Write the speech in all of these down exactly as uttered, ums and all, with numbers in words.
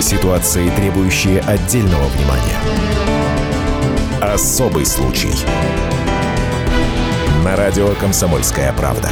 Ситуации, требующие отдельного внимания. Особый случай. На радио «Комсомольская правда».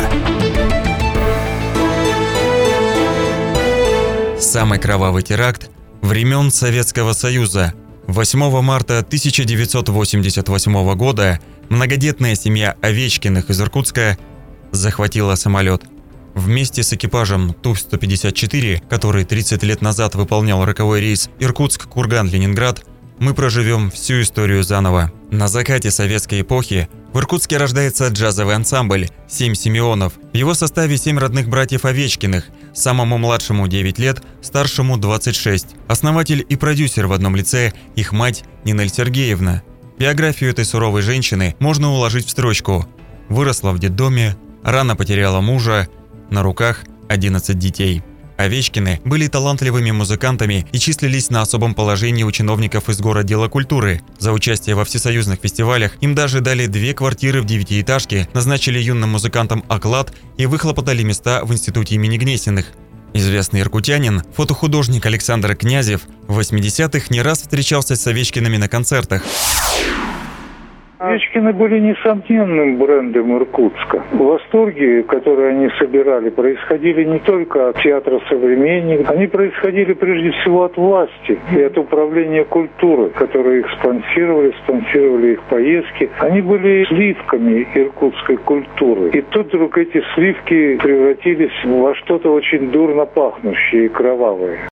Самый кровавый теракт времен Советского Союза. восьмого марта тысяча девятьсот восемьдесят восьмого года многодетная семья Овечкиных из Иркутска захватила самолет. Вместе с экипажем Ту сто пятьдесят четыре, который тридцать лет назад выполнял роковой рейс Иркутск-Курган-Ленинград, мы проживем всю историю заново. На закате советской эпохи в Иркутске рождается джазовый ансамбль «Семь Симеонов». В его составе семь родных братьев Овечкиных, самому младшему девять лет, старшему двадцать шесть. Основатель и продюсер в одном лице – их мать Нинель Сергеевна. Биографию этой суровой женщины можно уложить в строчку: выросла в детдоме, рано потеряла мужа, на руках одиннадцать детей. Овечкины были талантливыми музыкантами и числились на особом положении у чиновников из городдела культуры. За участие во всесоюзных фестивалях им даже дали две квартиры в девятиэтажке, назначили юным музыкантам оклад и выхлопотали места в институте имени Гнесиных. Известный иркутянин, фотохудожник Александр Князев в восьмидесятых не раз встречался с Овечкиными на концертах. Овечкины были несомненным брендом Иркутска. Восторги, которые они собирали, происходили не только от театра «Современник», они происходили прежде всего от власти и от управления культуры, которые их спонсировали, спонсировали их поездки. Они были сливками иркутской культуры. И тут вдруг эти сливки превратились во что-то очень дурно пахнущее и кровавое.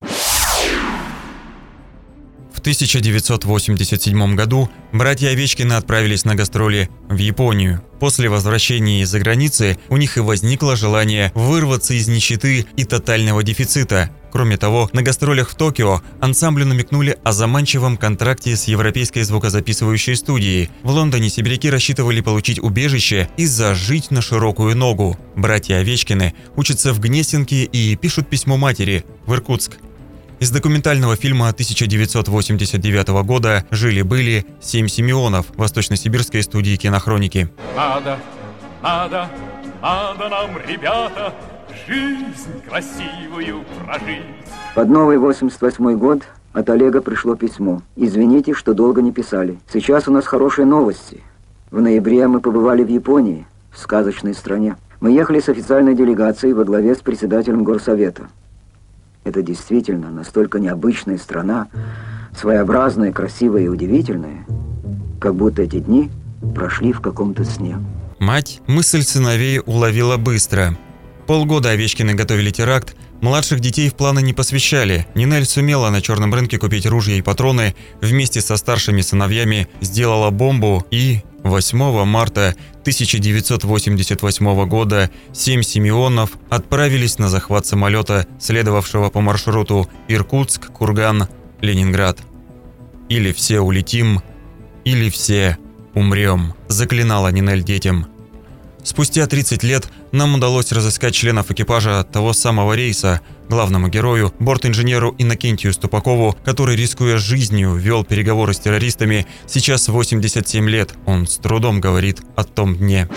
В тысяча девятьсот восемьдесят седьмом году братья Овечкины отправились на гастроли в Японию. После возвращения из-за границы у них и возникло желание вырваться из нищеты и тотального дефицита. Кроме того, на гастролях в Токио ансамблю намекнули о заманчивом контракте с европейской звукозаписывающей студией. В Лондоне сибиряки рассчитывали получить убежище и зажить на широкую ногу. Братья Овечкины учатся в Гнесинке и пишут письмо матери в Иркутск. Из документального фильма тысяча девятьсот восемьдесят девятого года «Жили-были» «Семь Симеонов» Восточно-Сибирской студии кинохроники. Надо, надо, надо нам, ребята, жизнь красивую прожить. Под новый восемьдесят восьмой год от Олега пришло письмо. Извините, что долго не писали. Сейчас у нас хорошие новости. В ноябре мы побывали в Японии, в сказочной стране. Мы ехали с официальной делегацией во главе с председателем горсовета. Это действительно настолько необычная страна, своеобразная, красивая и удивительная, как будто эти дни прошли в каком-то сне. Мать мысль сыновей уловила быстро. Полгода Овечкины готовили теракт, младших детей в планы не посвящали. Нинель сумела на черном рынке купить ружья и патроны, вместе со старшими сыновьями сделала бомбу и... восьмого марта тысяча девятьсот восемьдесят восьмого года семь Симеонов отправились на захват самолета, следовавшего по маршруту Иркутск, Курган, Ленинград. «Или все улетим, или все умрем», заклинала Нинель детям. Спустя тридцать лет нам удалось разыскать членов экипажа того самого рейса, главному герою, бортинженеру Иннокентию Ступакову, который, рискуя жизнью, вел переговоры с террористами, сейчас восемьдесят семь лет. Он с трудом говорит о том дне.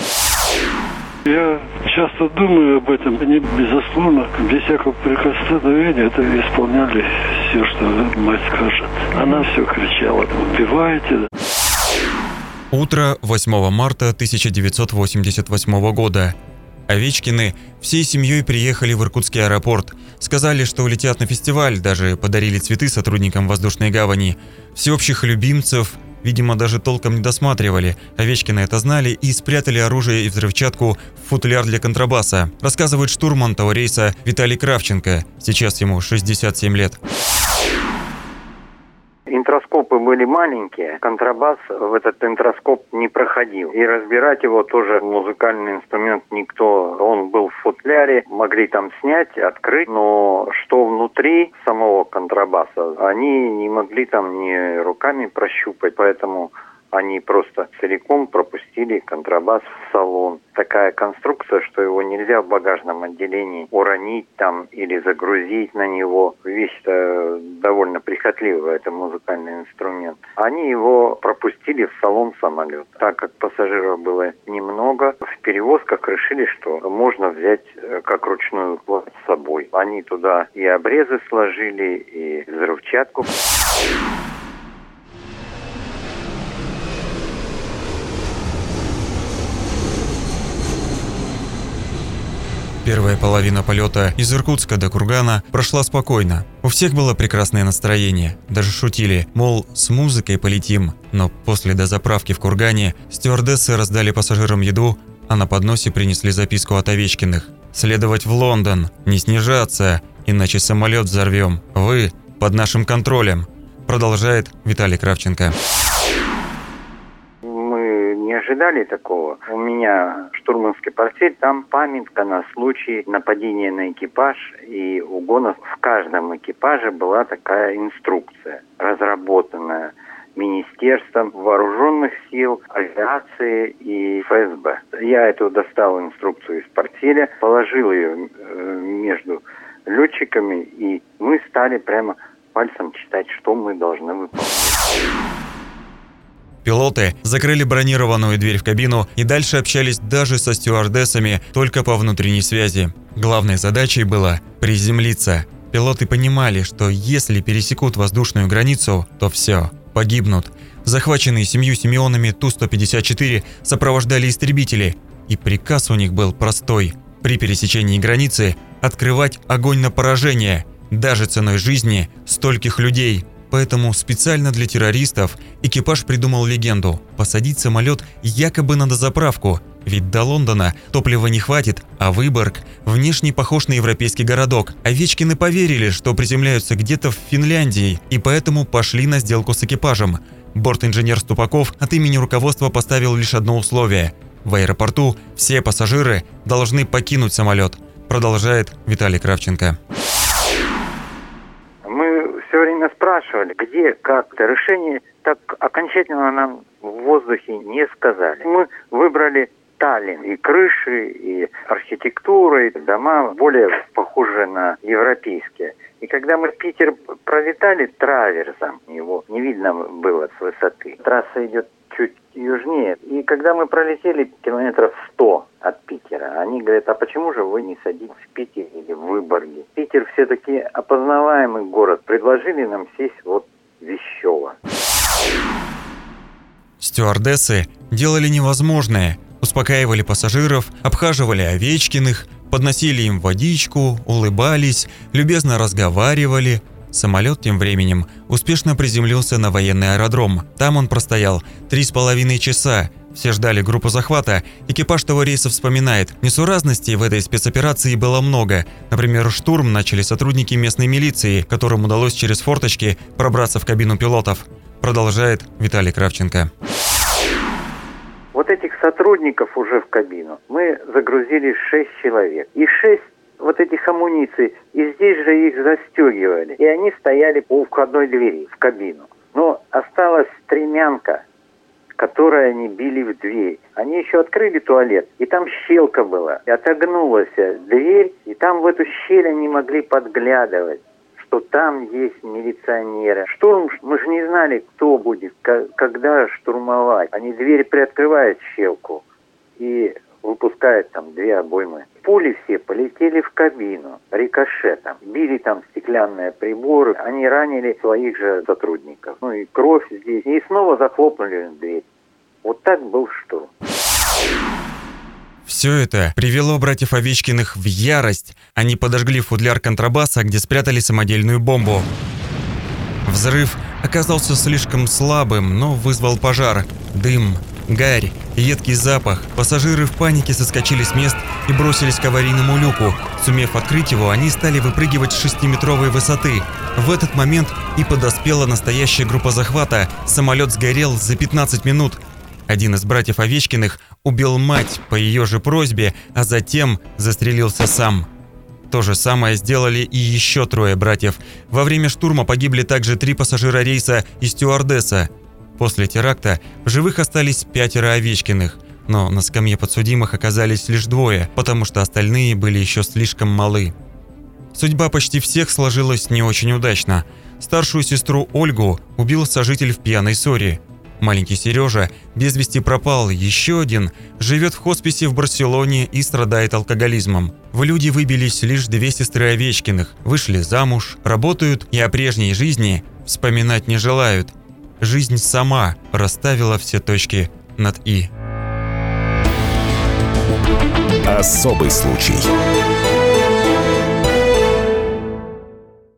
Я часто думаю об этом. Они, безусловно, без всякого прикосновения это исполняли все, что мать скажет. Она все кричала: «Убивайте!» Утро восьмого марта тысяча девятьсот восемьдесят восьмого года. Овечкины всей семьей приехали в Иркутский аэропорт. Сказали, что улетят на фестиваль, даже подарили цветы сотрудникам воздушной гавани. Всеобщих любимцев, видимо, даже толком не досматривали. Овечкины это знали и спрятали оружие и взрывчатку в футляр для контрабаса. Рассказывает штурман того рейса Виталий Кравченко. Сейчас ему шестьдесят семь лет. Интроскопы были маленькие, контрабас в этот интроскоп не проходил. И разбирать его тоже музыкальный инструмент никто, он был в футляре, могли там снять, открыть, но что внутри самого контрабаса, они не могли там ни руками прощупать, поэтому Они просто целиком пропустили контрабас в салон. Такая конструкция, что его нельзя в багажном отделении уронить там или загрузить на него. Вещь-то довольно прихотливая, это музыкальный инструмент. Они его пропустили в салон самолета. Так как пассажиров было немного, в перевозках решили, что можно взять как ручную кладь с собой. Они туда и обрезы сложили, и взрывчатку. Первая половина полета из Иркутска до Кургана прошла спокойно. У всех было прекрасное настроение. Даже шутили, мол, с музыкой полетим. Но после дозаправки в Кургане стюардессы раздали пассажирам еду, а на подносе принесли записку от Овечкиных. «Следовать в Лондон, не снижаться, иначе самолет взорвем. Вы под нашим контролем», продолжает Виталий Кравченко. Не ожидали такого. У меня штурманский портфель, там памятка на случай нападения на экипаж и угона. В каждом экипаже была такая инструкция, разработанная Министерством вооруженных сил, авиации и эф эс бэ. Я эту достал инструкцию из портфеля, положил ее между летчиками, и мы стали прямо пальцем читать, что мы должны выполнять. Пилоты закрыли бронированную дверь в кабину и дальше общались даже со стюардессами только по внутренней связи. Главной задачей было приземлиться. Пилоты понимали, что если пересекут воздушную границу, то все, погибнут. Захваченные семью Симеонами Ту сто пятьдесят четыре сопровождали истребители, и приказ у них был простой – при пересечении границы открывать огонь на поражение, даже ценой жизни стольких людей. Поэтому специально для террористов экипаж придумал легенду – посадить самолет якобы на дозаправку, ведь до Лондона топлива не хватит, а Выборг внешне похож на европейский городок. Овечкины поверили, что приземляются где-то в Финляндии, и поэтому пошли на сделку с экипажем. Борт-инженер Ступаков от имени руководства поставил лишь одно условие – в аэропорту все пассажиры должны покинуть самолет, продолжает Виталий Кравченко. Все время спрашивали, где, как-то. Решение так окончательно нам в воздухе не сказали. Мы выбрали Таллин. И крыши, и архитектура, и дома более похожи на европейские. И когда мы Питер пролетали траверсом, его не видно было с высоты. Трасса идет чуть южнее. И когда мы пролетели километров сто от Питера, они говорят, а почему же вы не садитесь в Питере или в Выборге? Питер все-таки опознаваемый город. Предложили нам сесть вот в Вещево. Стюардессы делали невозможное. Успокаивали пассажиров, обхаживали Овечкиных, подносили им водичку, улыбались, любезно разговаривали. Самолет тем временем успешно приземлился на военный аэродром. Там он простоял три с половиной часа. Все ждали группу захвата. Экипаж того рейса вспоминает, несуразностей в этой спецоперации было много. Например, штурм начали сотрудники местной милиции, которым удалось через форточки пробраться в кабину пилотов. Продолжает Виталий Кравченко. Вот этих сотрудников уже в кабину мы загрузили шесть человек. И шесть вот этих амуниций, и здесь же их застегивали. И они стояли у входной двери в кабину. Но осталась стремянка, которой они били в дверь. Они еще открыли туалет, и там щелка была. И отогнулась дверь, и там в эту щель они могли подглядывать, что там есть милиционеры. Штурм, мы же не знали, кто будет, когда штурмовать. Они дверь приоткрывают, щелку, и выпускают там две обоймы. Пули все полетели в кабину рикошетом. Били там стеклянные приборы. Они ранили своих же сотрудников. Ну и кровь здесь. И снова захлопнули дверь. Вот так был штурм. Все это привело братьев Овечкиных в ярость. Они подожгли футляр контрабаса, где спрятали самодельную бомбу. Взрыв оказался слишком слабым, но вызвал пожар. Дым, гарь, едкий запах. Пассажиры в панике соскочили с мест и бросились к аварийному люку. Сумев открыть его, они стали выпрыгивать с шестиметровой высоты. В этот момент и подоспела настоящая группа захвата. Самолет сгорел за пятнадцать минут. Один из братьев Овечкиных убил мать по ее же просьбе, а затем застрелился сам. То же самое сделали и еще трое братьев. Во время штурма погибли также три пассажира рейса и стюардесса. После теракта в живых остались пятеро Овечкиных, но на скамье подсудимых оказались лишь двое, потому что остальные были еще слишком малы. Судьба почти всех сложилась не очень удачно. Старшую сестру Ольгу убил сожитель в пьяной ссоре. Маленький Сережа без вести пропал, еще один живет в хосписе в Барселоне и страдает алкоголизмом. В люди выбились лишь две сестры Овечкиных, вышли замуж, работают и о прежней жизни вспоминать не желают. Жизнь сама расставила все точки над «и». Особый случай.